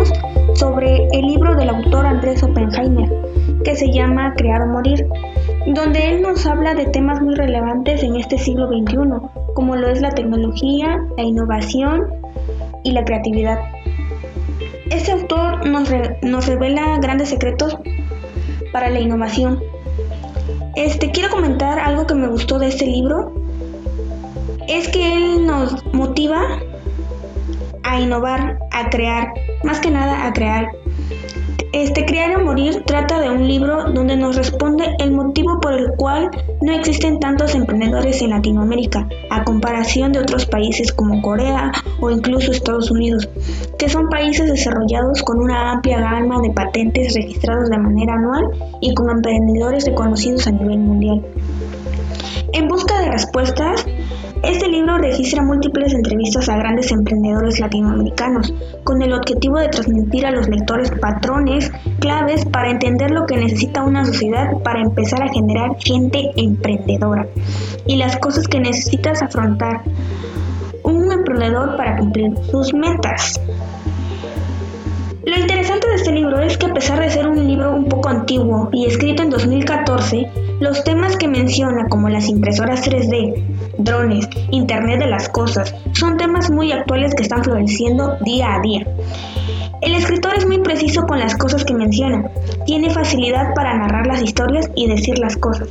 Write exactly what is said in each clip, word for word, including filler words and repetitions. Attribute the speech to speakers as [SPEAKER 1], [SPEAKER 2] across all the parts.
[SPEAKER 1] hablaremos sobre el libro del autor Andrés Oppenheimer, que se llama Crear o Morir, donde él nos habla de temas muy relevantes en este siglo veintiuno, como lo es la tecnología, la innovación y la creatividad. Este autor nos, re- nos revela grandes secretos para la innovación. Este, quiero comentar algo que me gustó de este libro, es que él nos motiva a innovar, a crear, más que nada a crear. Este Crear o Morir trata de un libro donde nos responde el motivo por el cual no existen tantos emprendedores en Latinoamérica, a comparación de otros países como Corea o incluso Estados Unidos, que son países desarrollados con una amplia gama de patentes registrados de manera anual y con emprendedores reconocidos a nivel mundial. En busca de respuestas, este libro registra múltiples entrevistas a grandes emprendedores latinoamericanos, con el objetivo de transmitir a los lectores patrones claves para entender lo que necesita una sociedad para empezar a generar gente emprendedora y las cosas que necesitas afrontar un emprendedor para cumplir sus metas. Lo interesante de este libro es que a pesar de ser un libro un poco antiguo y escrito en dos mil catorce, los temas que menciona como las impresoras tres D, drones, Internet de las cosas, son temas muy actuales que están floreciendo día a día. El escritor es muy preciso con las cosas que menciona, tiene facilidad para narrar las historias y decir las cosas.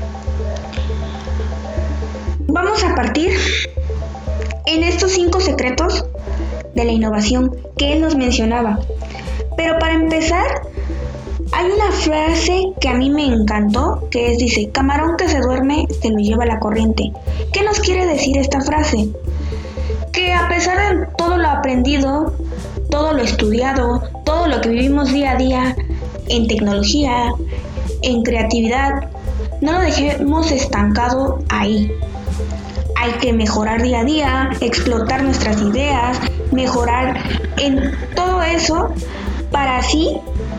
[SPEAKER 1] Vamos a partir en estos cinco secretos de la innovación que él nos mencionaba. Pero para empezar, hay una frase que a mí me encantó, que es, dice, camarón que se duerme se lo lleva la corriente. ¿Qué nos quiere decir esta frase? Que a pesar de todo lo aprendido, todo lo estudiado, todo lo que vivimos día a día en tecnología, en creatividad, no lo dejemos estancado ahí. Hay que mejorar día a día, explotar nuestras ideas, mejorar en todo eso para así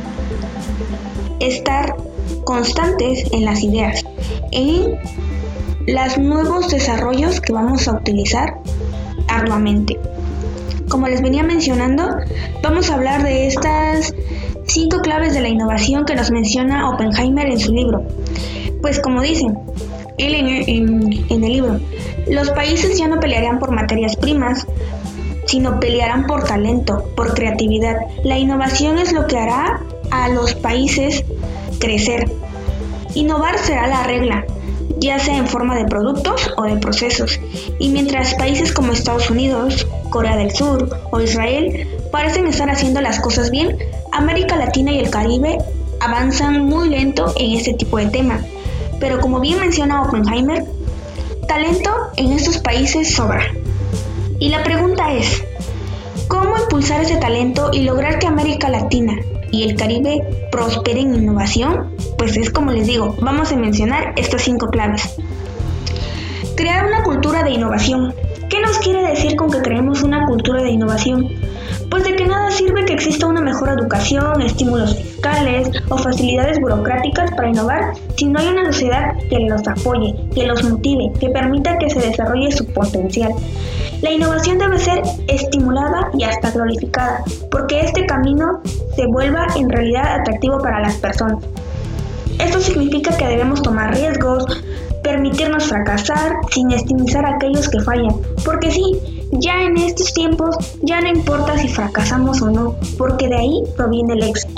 [SPEAKER 1] estar constantes en las ideas, en los nuevos desarrollos que vamos a utilizar arduamente. Como les venía mencionando, vamos a hablar de estas cinco claves de la innovación que nos menciona Oppenheimer en su libro. Pues como dicen él en, en, en el libro, los países ya no pelearán por materias primas, sino pelearán por talento, por creatividad. La innovación es lo que hará a los países crecer. Innovar será la regla, ya sea en forma de productos o de procesos. Y mientras países como Estados Unidos, Corea del Sur o Israel parecen estar haciendo las cosas bien, América Latina y el Caribe avanzan muy lento en este tipo de tema. Pero como bien menciona Oppenheimer, talento en estos países sobra. Y la pregunta es, ¿cómo impulsar ese talento y lograr que América Latina y el Caribe prosperen en innovación? Pues es como les digo, vamos a mencionar estas cinco claves. Crear una cultura de innovación. ¿Qué nos quiere decir con que creemos una cultura de innovación? Pues de que nada sirve que exista una mejor educación, estímulos fiscales o facilidades burocráticas para innovar si no hay una sociedad que los apoye, que los motive, que permita que se desarrolle su potencial. La innovación debe ser estimulada y hasta glorificada, porque este camino se vuelva en realidad atractivo para las personas. Esto significa que debemos tomar riesgos, permitirnos fracasar sin estigmatizar a aquellos que fallan, porque sí, ya en estos tiempos ya no importa si fracasamos o no, porque de ahí proviene el éxito.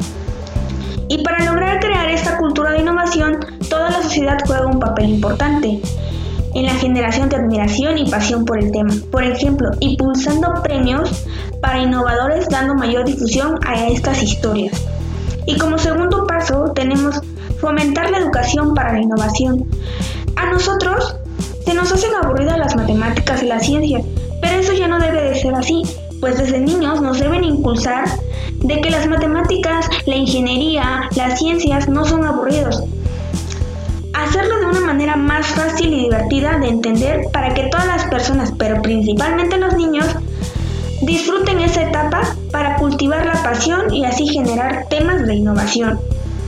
[SPEAKER 1] Y para lograr crear esta cultura de innovación, toda la sociedad juega un papel importante en la generación de admiración y pasión por el tema. Por ejemplo, impulsando premios para innovadores, dando mayor difusión a estas historias. Y como segundo paso tenemos fomentar la educación para la innovación. A nosotros se nos hacen aburridas las matemáticas y la ciencia, pero eso ya no debe de ser así, pues desde niños nos deben impulsar de que las matemáticas, la ingeniería, las ciencias no son aburridos. Hacerlo de una manera más fácil y divertida de entender para que todas las personas, pero principalmente los niños, disfruten esa etapa para cultivar la pasión y así generar temas de innovación.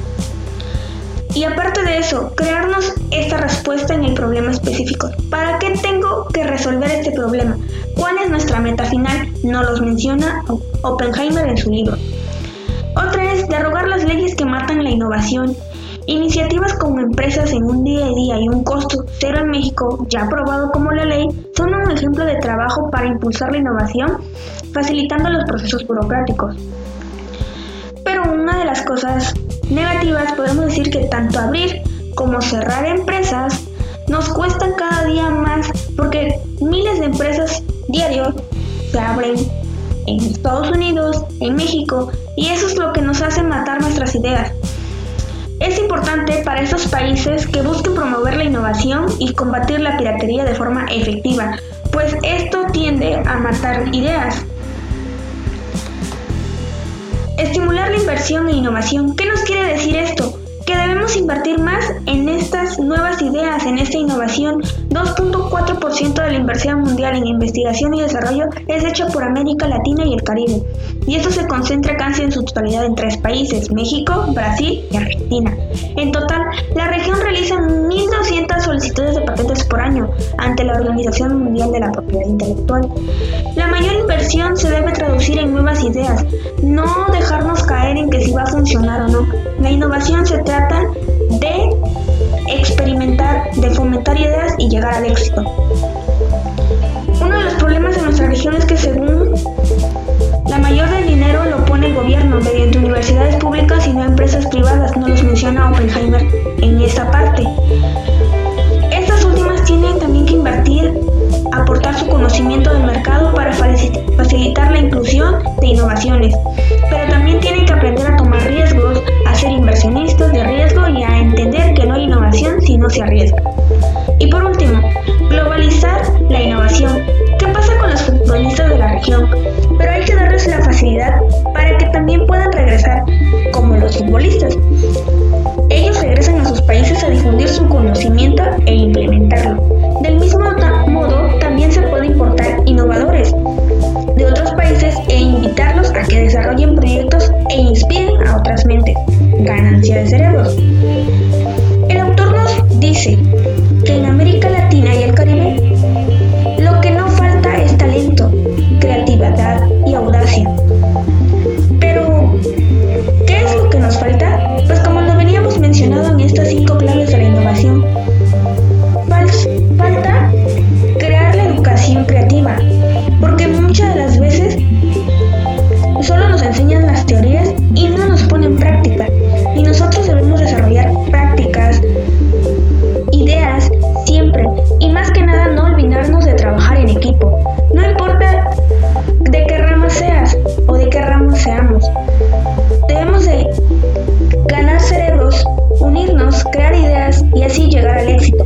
[SPEAKER 1] Y aparte de eso, crearnos esta respuesta en el problema específico. ¿Para qué tengo que resolver este problema? ¿Cuál es nuestra meta final, nos los menciona Oppenheimer en su libro. Otra es derogar las leyes que matan la innovación. Iniciativas como empresas en un día a día y un costo cero en México, ya aprobado como la ley, son un ejemplo de trabajo para impulsar la innovación, facilitando los procesos burocráticos. Pero una de las cosas negativas, podemos decir que tanto abrir como cerrar empresas nos cuestan cada día más, porque miles de empresas diarios se abren en Estados Unidos, en México, y eso es lo que nos hace matar nuestras ideas. Es importante para esos países que busquen promover la innovación y combatir la piratería de forma efectiva, pues esto tiende a matar ideas. Estimular la inversión e innovación. ¿Qué nos quiere decir esto? Que debemos invertir más en estas nuevas ideas, en esta innovación. dos punto cuatro por ciento de la inversión mundial en investigación y desarrollo es hecha por América Latina y el Caribe. Y esto se concentra casi en su totalidad en tres países: México, Brasil y Argentina. En total, la región realiza mil doscientas solicitudes de patentes por año ante la Organización Mundial de la Propiedad Intelectual. La mayor inversión se debe traducir en nuevas ideas, no dejarnos caer en que si va a funcionar o no. La innovación se trata de experimentar, de fomentar ideas y llegar al éxito. Uno de los problemas de nuestra región es que según la mayor del dinero lo pone el gobierno mediante universidades públicas y no empresas privadas, nos los menciona Oppenheimer en esta parte. Estas últimas tienen también que invertir, aportar su conocimiento del mercado para facilitar la inclusión de innovaciones, pero también tienen que aprender a tomar riesgos, a ser inversionistas de riesgo y a entender que no hay innovación si no se arriesga. Y por último, globalizar la innovación. ¿Qué pasa con los futbolistas de la región? Pero hay que darles la facilidad para que también puedan regresar como los futbolistas. Ellos regresan a sus países a difundir su conocimiento e implementarlo. Del mismo modo, también se puede importar innovadores de otros países e invitarlos a que desarrollen proyectos e inspiren a otras mentes. Ganancia de cerebros. El autor nos dice que en América Latina y el Caribe lo que no falta es talento, creatividad y audacia. Pero, ¿qué es lo que nos falta? Pues como lo veníamos mencionando en estas cinco claves de la innovación, falta crear la educación creativa, porque muchas de las veces solo nos enseñan las teorías y no nos ponen en práctica, y nosotros debemos desarrollar prácticas, ideas siempre, y más que nada no olvidarnos de trabajar en equipo. No importa de qué rama seas o de qué ramo seamos, debemos de ganar cerebros, unirnos, crear ideas y así llegar al éxito.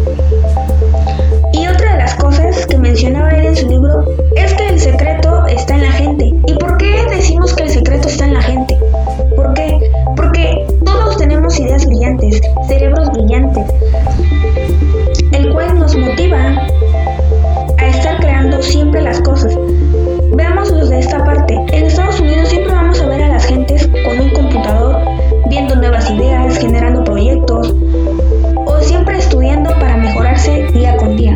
[SPEAKER 1] Y otra de las cosas que mencionaba él en su libro es que el secreto está en la gente. ¿Y por qué decimos que el secreto está en la gente? ¿Por qué? Porque todos tenemos ideas brillantes, cerebros brillantes, el cual nos motiva a estar creando siempre las cosas. Veámoslo de esta parte. En Estados Unidos siempre vamos a ver a las gentes con un computador, viendo nuevas ideas, generando proyectos, o siempre estudiando para mejorarse día con día.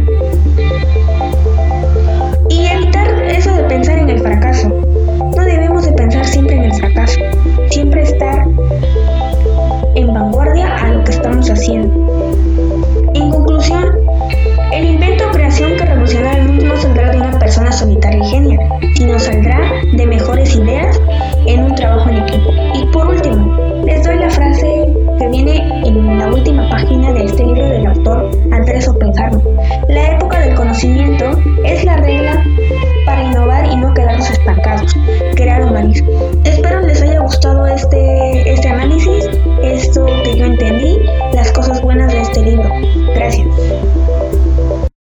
[SPEAKER 1] Y evitar eso de pensar en el fracaso. No debemos de pensar siempre en el fracaso. Siempre estar en vanguardia a lo que estamos haciendo. En conclusión, el invento o creación que revolucionará el mundo no saldrá de una persona solitaria y genia, sino saldrá